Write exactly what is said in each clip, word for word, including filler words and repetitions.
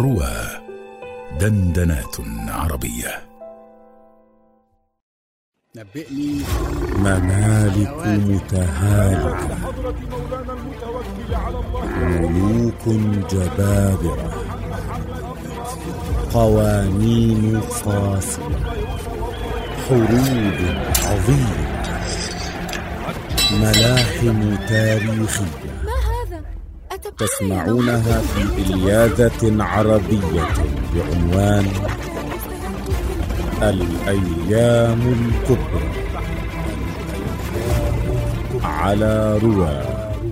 روى دندنات عربية. نبئني. ممالك متهالكة، ملوك جبابرة، قوانين قاسية، حروب عظيمة، ملاحم تاريخية تسمعونها في إلياذة عربية بعنوان الأيام الكبرى على روى.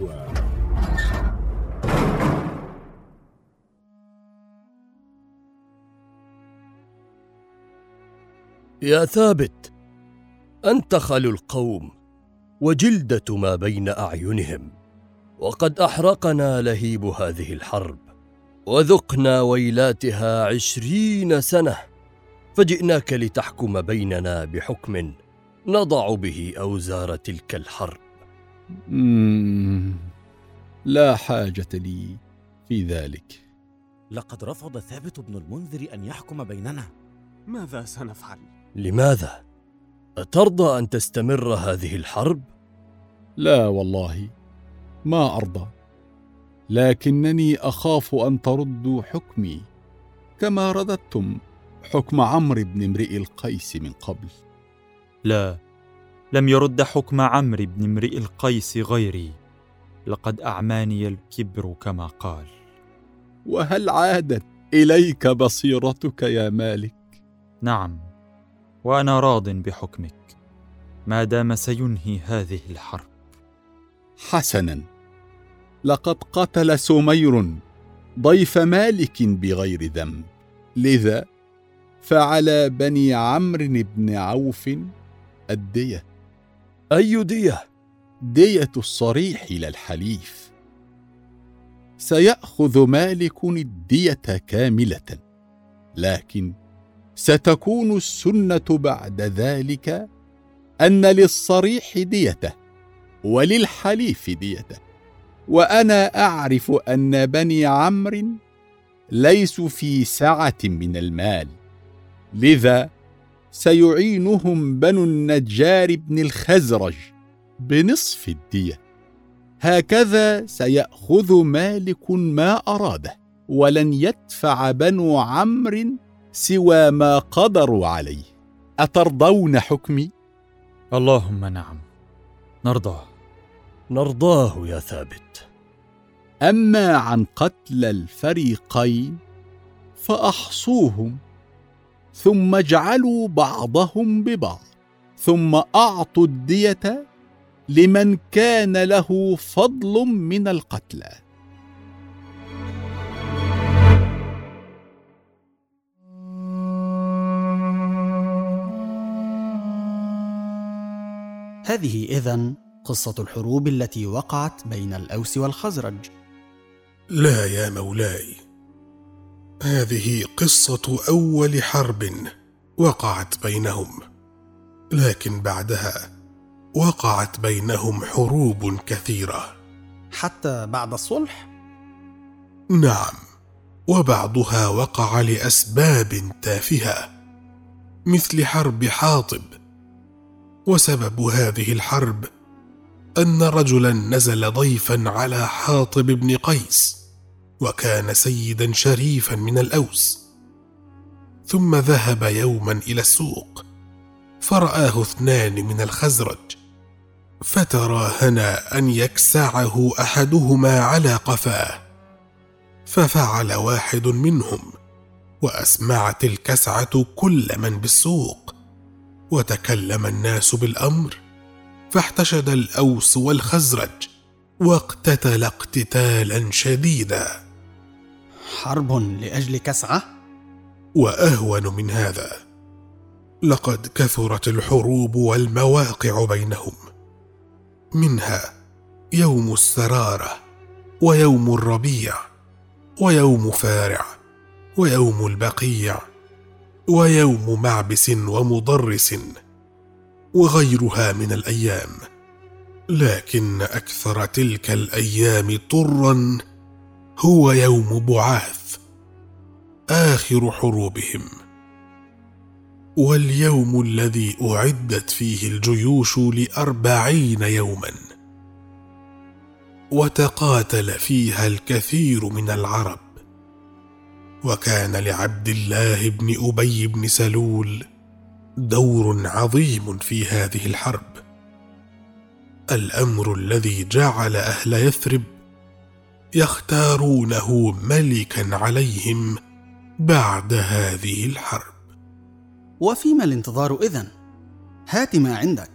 يا ثابت، أنت خل القوم وجلدة ما بين أعينهم، وقد أحرقنا لهيب هذه الحرب وذقنا ويلاتها عشرين سنة، فجئناك لتحكم بيننا بحكم نضع به أوزار تلك الحرب. مم. لا حاجة لي في ذلك. لقد رفض ثابت بن المنذر أن يحكم بيننا. ماذا سنفعل؟ لماذا؟ أترضى أن تستمر هذه الحرب؟ لا والله ما أرضى، لكنني أخاف أن تردوا حكمي كما رددتم حكم عمرو بن امرئ القيس من قبل. لا، لم يرد حكم عمرو بن امرئ القيس غيري، لقد أعماني الكبر كما قال. وهل عادت إليك بصيرتك يا مالك؟ نعم، وأنا راض بحكمك ما دام سينهي هذه الحرب. حسنا، لقد قتل سمير ضيف مالك بغير ذنب، لذا فعلى بني عمرو بن عوف الدية. أي دية؟ دية الصريح إلى الحليف. سيأخذ مالك الدية كاملة، لكن ستكون السنة بعد ذلك أن للصريح ديته وللحليف ديته، وأنا أعرف أن بني عمرو ليسوا في سعة من المال، لذا سيعينهم بنو النجار بن الخزرج بنصف الدية. هكذا سيأخذ مالك ما أراده، ولن يدفع بنو عمرو سوى ما قدروا عليه. أترضون حكمي؟ اللهم نعم، نرضاه. نرضاه يا ثابت. أما عن قتل الفريقين فأحصوهم، ثم اجعلوا بعضهم ببعض، ثم أعطوا الدية لمن كان له فضل من القتلى. هذه إذن قصة الحروب التي وقعت بين الأوس والخزرج. لا يا مولاي، هذه قصة أول حرب وقعت بينهم، لكن بعدها وقعت بينهم حروب كثيرة حتى بعد الصلح. نعم، وبعضها وقع لأسباب تافهة مثل حرب حاطب، وسبب هذه الحرب أن رجلا نزل ضيفا على حاطب بن قيس، وكان سيدا شريفا من الأوس، ثم ذهب يوما إلى السوق فرآه اثنان من الخزرج، فتراهنا أن يكسعه أحدهما على قفاه، ففعل واحد منهم، وأسمعت الكسعة كل من بالسوق، وتكلم الناس بالأمر، فاحتشد الأوس والخزرج واقتتل اقتتالا شديدا. حرب لأجل كسعة؟ وأهون من هذا، لقد كثرت الحروب والمواقع بينهم، منها يوم السرارة، ويوم الربيع، ويوم فارع، ويوم البقيع، ويوم معبس ومضرس، وغيرها من الأيام. لكن أكثر تلك الأيام طرا هو يوم بعاث، آخر حروبهم، واليوم الذي أعدت فيه الجيوش لأربعين يوما، وتقاتل فيها الكثير من العرب، وكان لعبد الله بن أبي بن سلول دور عظيم في هذه الحرب، الأمر الذي جعل أهل يثرب يختارونه ملكا عليهم بعد هذه الحرب. وفيما الانتظار إذن؟ هات ما عندك.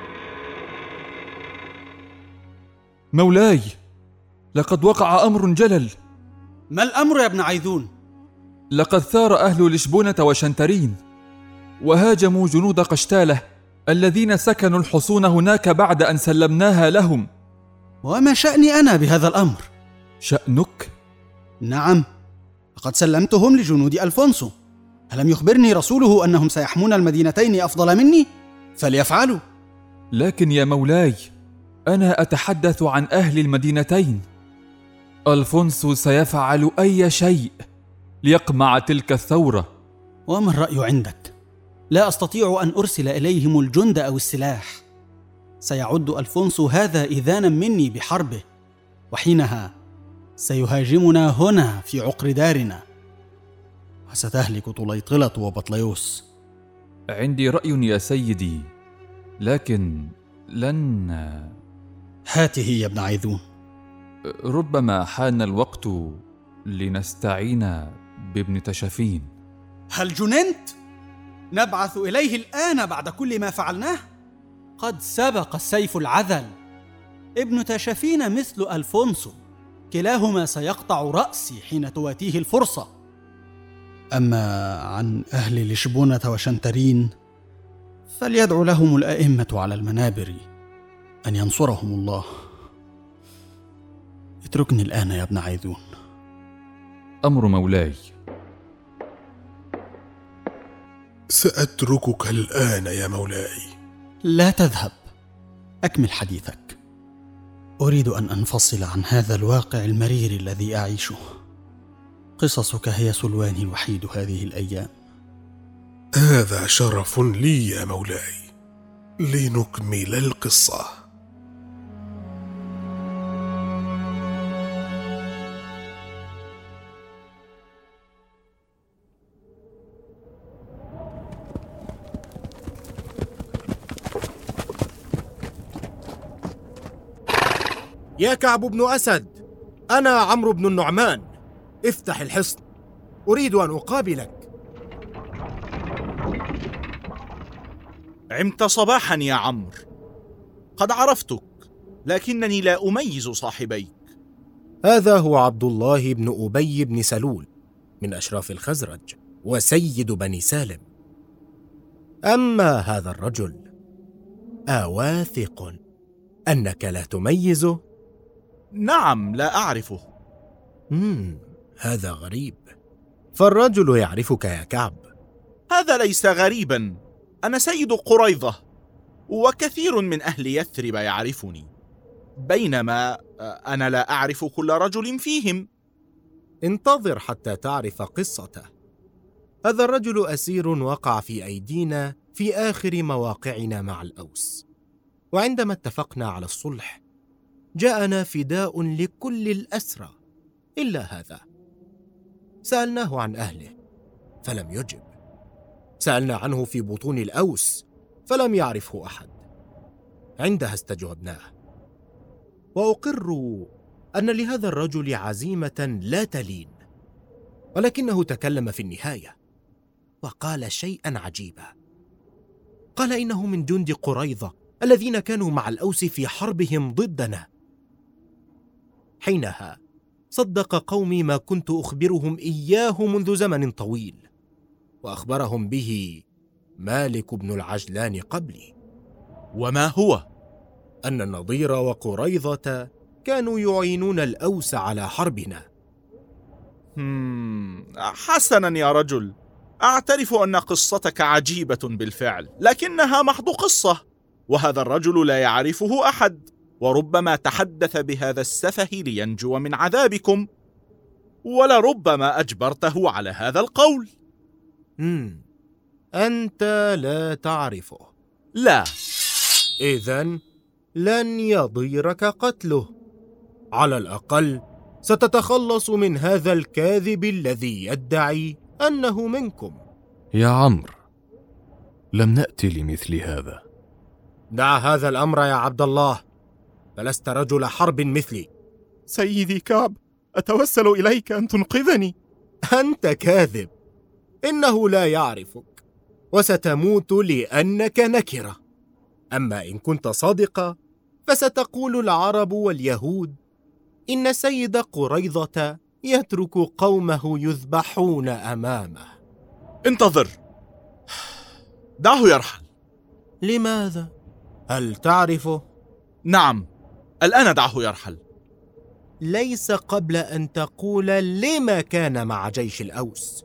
مولاي، لقد وقع أمر جلل. ما الأمر يا ابن عيذون؟ لقد ثار أهل لشبونة وشنترين وهاجموا جنود قشتالة الذين سكنوا الحصون هناك بعد أن سلمناها لهم. وما شأني أنا بهذا الأمر؟ شأنك؟ نعم، لقد سلمتهم لجنود ألفونسو. ألم يخبرني رسوله أنهم سيحمون المدينتين أفضل مني؟ فليفعلوا. لكن يا مولاي، أنا أتحدث عن أهل المدينتين. ألفونسو سيفعل أي شيء ليقمع تلك الثورة. وما الرأي عندك؟ لا أستطيع أن أرسل إليهم الجند أو السلاح. سيعد ألفونسو هذا إذانا مني بحربه، وحينها سيهاجمنا هنا في عقر دارنا، وستهلك طليطلة وبطليوس. عندي رأي يا سيدي، لكن لن... هاته يا ابن عيذون. ربما حان الوقت لنستعين بابن تشفين. هل جننت؟ نبعث إليه الآن بعد كل ما فعلناه؟ قد سبق السيف العذل. ابن تشفين مثل ألفونسو، كلاهما سيقطع رأسي حين تواتيه الفرصة. أما عن أهل لشبونة وشنترين فليدعو لهم الأئمة على المنابر أن ينصرهم الله. اتركني الآن يا ابن عيذون. أمر مولاي. سأتركك الآن يا مولاي. لا تذهب، أكمل حديثك. أريد أن أنفصل عن هذا الواقع المرير الذي أعيشه. قصصك هي سلواني الوحيد هذه الأيام. هذا شرف لي يا مولاي. لنكمل القصة. يا كعب بن أسد، أنا عمرو بن النعمان. افتح الحصن، أريد أن أقابلك. عمت صباحا يا عمرو، قد عرفتك، لكنني لا أميز صاحبيك. هذا هو عبد الله بن أبي بن سلول من أشراف الخزرج وسيد بني سالم. أما هذا الرجل أواثق أنك لا تميزه؟ نعم، لا أعرفه. مم. هذا غريب، فالرجل يعرفك يا كعب. هذا ليس غريبا، أنا سيد قريظة، وكثير من أهل يثرب يعرفني، بينما أنا لا أعرف كل رجل فيهم. انتظر حتى تعرف قصته. هذا الرجل أسير وقع في أيدينا في آخر مواقعنا مع الأوس، وعندما اتفقنا على الصلح جاءنا فداء لكل الأسرى إلا هذا. سألناه عن أهله فلم يجب، سألنا عنه في بطون الأوس فلم يعرفه أحد. عندها استجوبناه، وأقر أن لهذا الرجل عزيمة لا تلين، ولكنه تكلم في النهاية وقال شيئا عجيبا. قال إنه من جند قريظة الذين كانوا مع الأوس في حربهم ضدنا. حينها صدق قومي ما كنت أخبرهم إياه منذ زمن طويل، وأخبرهم به مالك بن العجلان قبلي. وما هو؟ أن النضير وقريظة كانوا يعينون الأوس على حربنا. هم حسنا يا رجل، أعترف أن قصتك عجيبة بالفعل، لكنها محض قصة، وهذا الرجل لا يعرفه أحد، وربما تحدث بهذا السفه لينجو من عذابكم. ولربما أجبرته على هذا القول. مم. أنت لا تعرفه. لا. إذن لن يضيرك قتله. على الأقل ستتخلص من هذا الكاذب الذي يدعي أنه منكم. يا عمرو، لم نأتي لمثل هذا. دع هذا الأمر يا عبد الله، فلست رجل حرب مثلي. سيدي كعب، أتوسل إليك أن تنقذني. أنت كاذب، إنه لا يعرفك، وستموت لأنك نكرة. أما إن كنت صادقا فستقول العرب واليهود إن سيد قريظة يترك قومه يذبحون أمامه. انتظر، دعه يرحل. لماذا؟ هل تعرفه؟ نعم، الآن دعه يرحل. ليس قبل أن تقول لما كان مع جيش الأوس.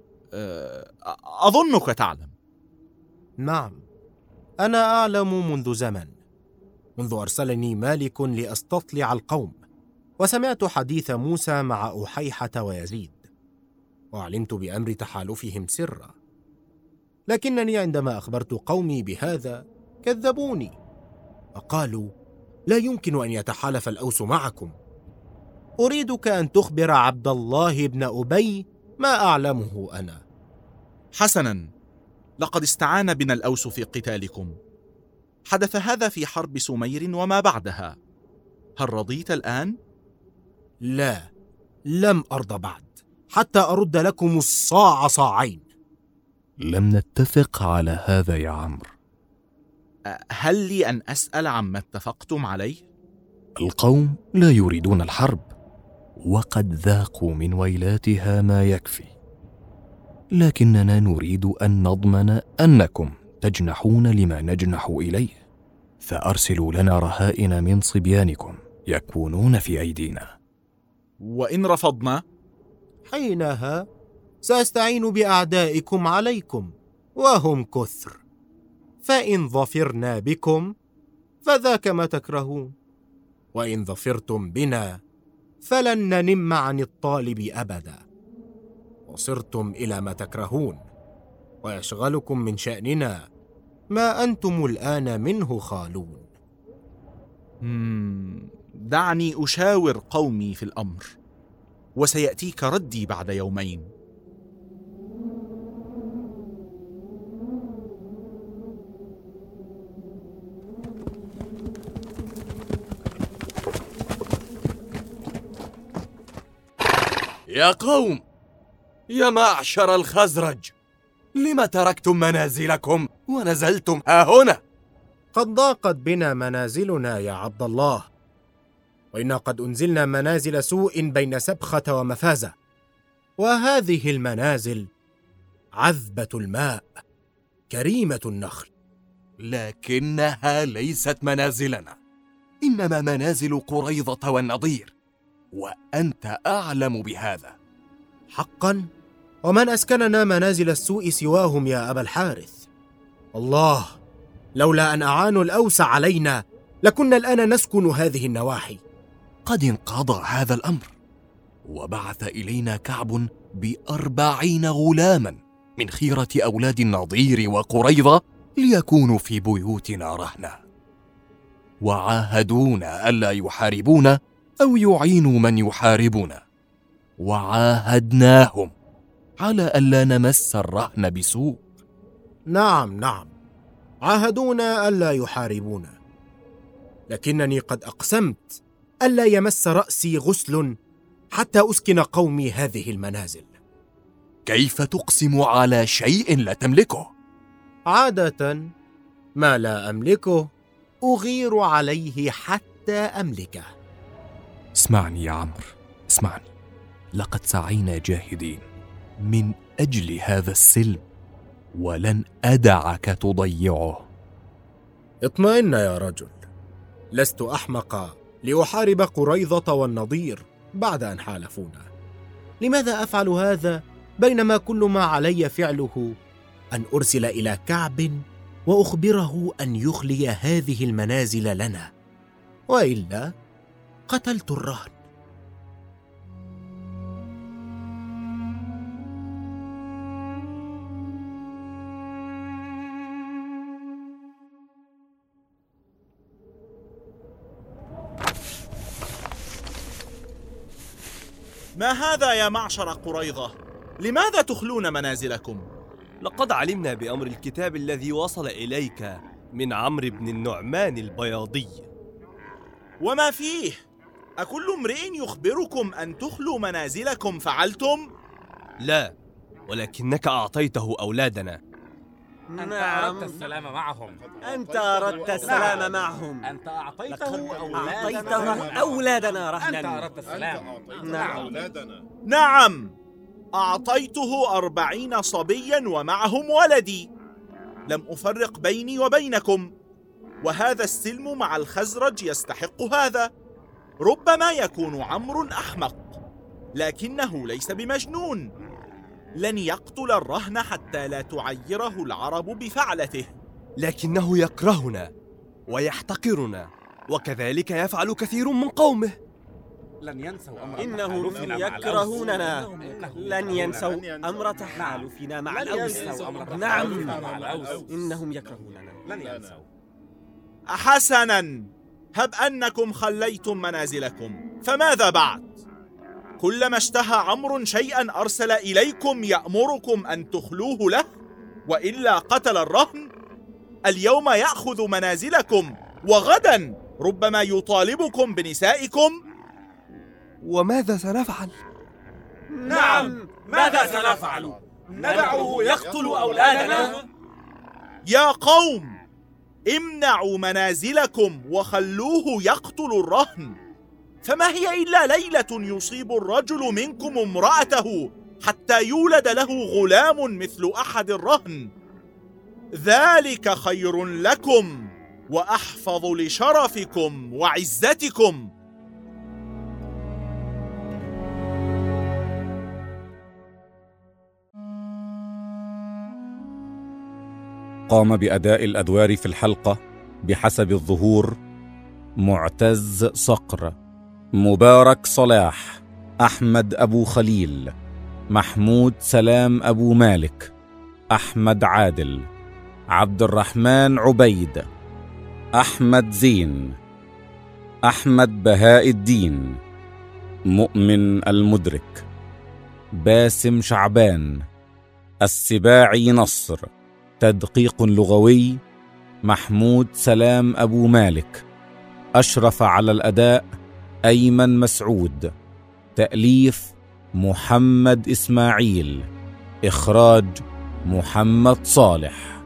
أظنك تعلم. نعم، أنا أعلم منذ زمن، منذ أرسلني مالك لأستطلع القوم، وسمعت حديث موسى مع أحيحة ويزيد، وعلمت بأمر تحالفهم سرا. لكنني عندما أخبرت قومي بهذا كذبوني، وقالوا لا يمكن أن يتحالف الأوس معكم. أريدك أن تخبر عبد الله بن أبي ما أعلمه أنا. حسنا، لقد استعان بنا الأوس في قتالكم. حدث هذا في حرب سمير وما بعدها. هل رضيت الآن؟ لا، لم أرضى بعد، حتى أرد لكم الصاع صاعين. لم نتفق على هذا يا عمرو. هل لي أن أسأل عما اتفقتم عليه؟ القوم لا يريدون الحرب، وقد ذاقوا من ويلاتها ما يكفي، لكننا نريد أن نضمن أنكم تجنحون لما نجنح إليه، فأرسلوا لنا رهائن من صبيانكم يكونون في أيدينا. وإن رفضنا؟ حينها سأستعين بأعدائكم عليكم، وهم كثر، فإن ظفرنا بكم فذاك ما تكرهون، وإن ظفرتم بنا فلن ننم عن الطالب أبدا، وصرتم إلى ما تكرهون، ويشغلكم من شأننا ما أنتم الآن منه خالون. مم. دعني أشاور قومي في الأمر، وسيأتيك ردي بعد يومين. يا قوم، يا معشر الخزرج، لم تركتم منازلكم ونزلتم ها هنا؟ قد ضاقت بنا منازلنا يا عبد الله، وإنا قد أنزلنا منازل سوء بين سبخة ومفازة، وهذه المنازل عذبة الماء كريمة النخل. لكنها ليست منازلنا، إنما منازل قريظة والنضير، وأنت أعلم بهذا. حقا؟ ومن أسكننا منازل السوء سواهم يا أبا الحارث؟ الله، لولا أن أعانوا الأوس علينا لكنا الآن نسكن هذه النواحي. قد انقضى هذا الأمر، وبعث إلينا كعب بأربعين غلاما من خيرة أولاد النضير وقريظة ليكونوا في بيوتنا رهنا، وعاهدونا ألا يحاربونا أو يعينوا من يحاربنا، وعاهدناهم على ألا نمس الرهن بسوء. نعم نعم، عاهدونا ألا يحاربونا، لكنني قد أقسمت ألا يمس رأسي غسل حتى أسكن قومي هذه المنازل. كيف تقسم على شيء لا تملكه؟ عادة ما لا أملكه أغير عليه حتى أملكه. اسمعني يا عمرو، اسمعني، لقد سعينا جاهدين من أجل هذا السلم، ولن أدعك تضيعه. اطمئن يا رجل، لست أحمق لأحارب قريظة والنضير بعد أن حالفونا. لماذا أفعل هذا بينما كل ما علي فعله أن أرسل إلى كعب وأخبره أن يخلي هذه المنازل لنا، وإلا قتلت الرهن. ما هذا يا معشر قريظة؟ لماذا تخلون منازلكم؟ لقد علمنا بأمر الكتاب الذي وصل إليك من عمرو بن النعمان البياضي. وما فيه؟ أكل امرئ يخبركم أن تخلوا منازلكم فعلتم؟ لا، ولكنك أعطيته أولادنا. أنت أردت السلام معهم. أنت أردت السلام معهم. أنت أعطيته أعطيته أولادنا رهنا. أنت أردت السلام. نعم. نعم، أعطيته أربعين صبيا ومعهم ولدي. لم أفرق بيني وبينكم، وهذا السلم مع الخزرج يستحق هذا. ربما يكون عمرو أحمق، لكنه ليس بمجنون. لن يقتل الرهن حتى لا تعيره العرب بفعلته. لكنه يكرهنا ويحتقرنا، وكذلك يفعل كثير من قومه. لن ينسوا أمر إنهم يكرهوننا. لن ينسوا أمر تحالفنا مع الأوس. نعم، إنهم يكرهوننا. لن ينسوا. حسناً، هب أنكم خليتم منازلكم، فماذا بعد؟ كلما اشتهى عمرو شيئاً أرسل إليكم يأمركم أن تخلوه له، وإلا قتل الرهن. اليوم يأخذ منازلكم، وغداً ربما يطالبكم بنسائكم. وماذا سنفعل؟ نعم، ماذا سنفعل؟ ندعه يقتل أولادنا؟ يا قوم، امنعوا منازلكم وخلوه يقتل الرهن. فما هي إلا ليلة يصيب الرجل منكم امرأته حتى يولد له غلام مثل أحد الرهن. ذلك خير لكم وأحفظ لشرفكم وعزتكم. قام بأداء الأدوار في الحلقة بحسب الظهور: معتز صقر، مبارك صلاح، أحمد أبو خليل، محمود سلام أبو مالك، أحمد عادل، عبد الرحمن عبيد، أحمد زين، أحمد بهاء الدين، مؤمن المدرك، باسم شعبان، السباعي نصر، تدقيق لغوي محمود سلام أبو مالك، أشرف على الأداء أيمن مسعود، تأليف محمد إسماعيل، إخراج محمد صالح.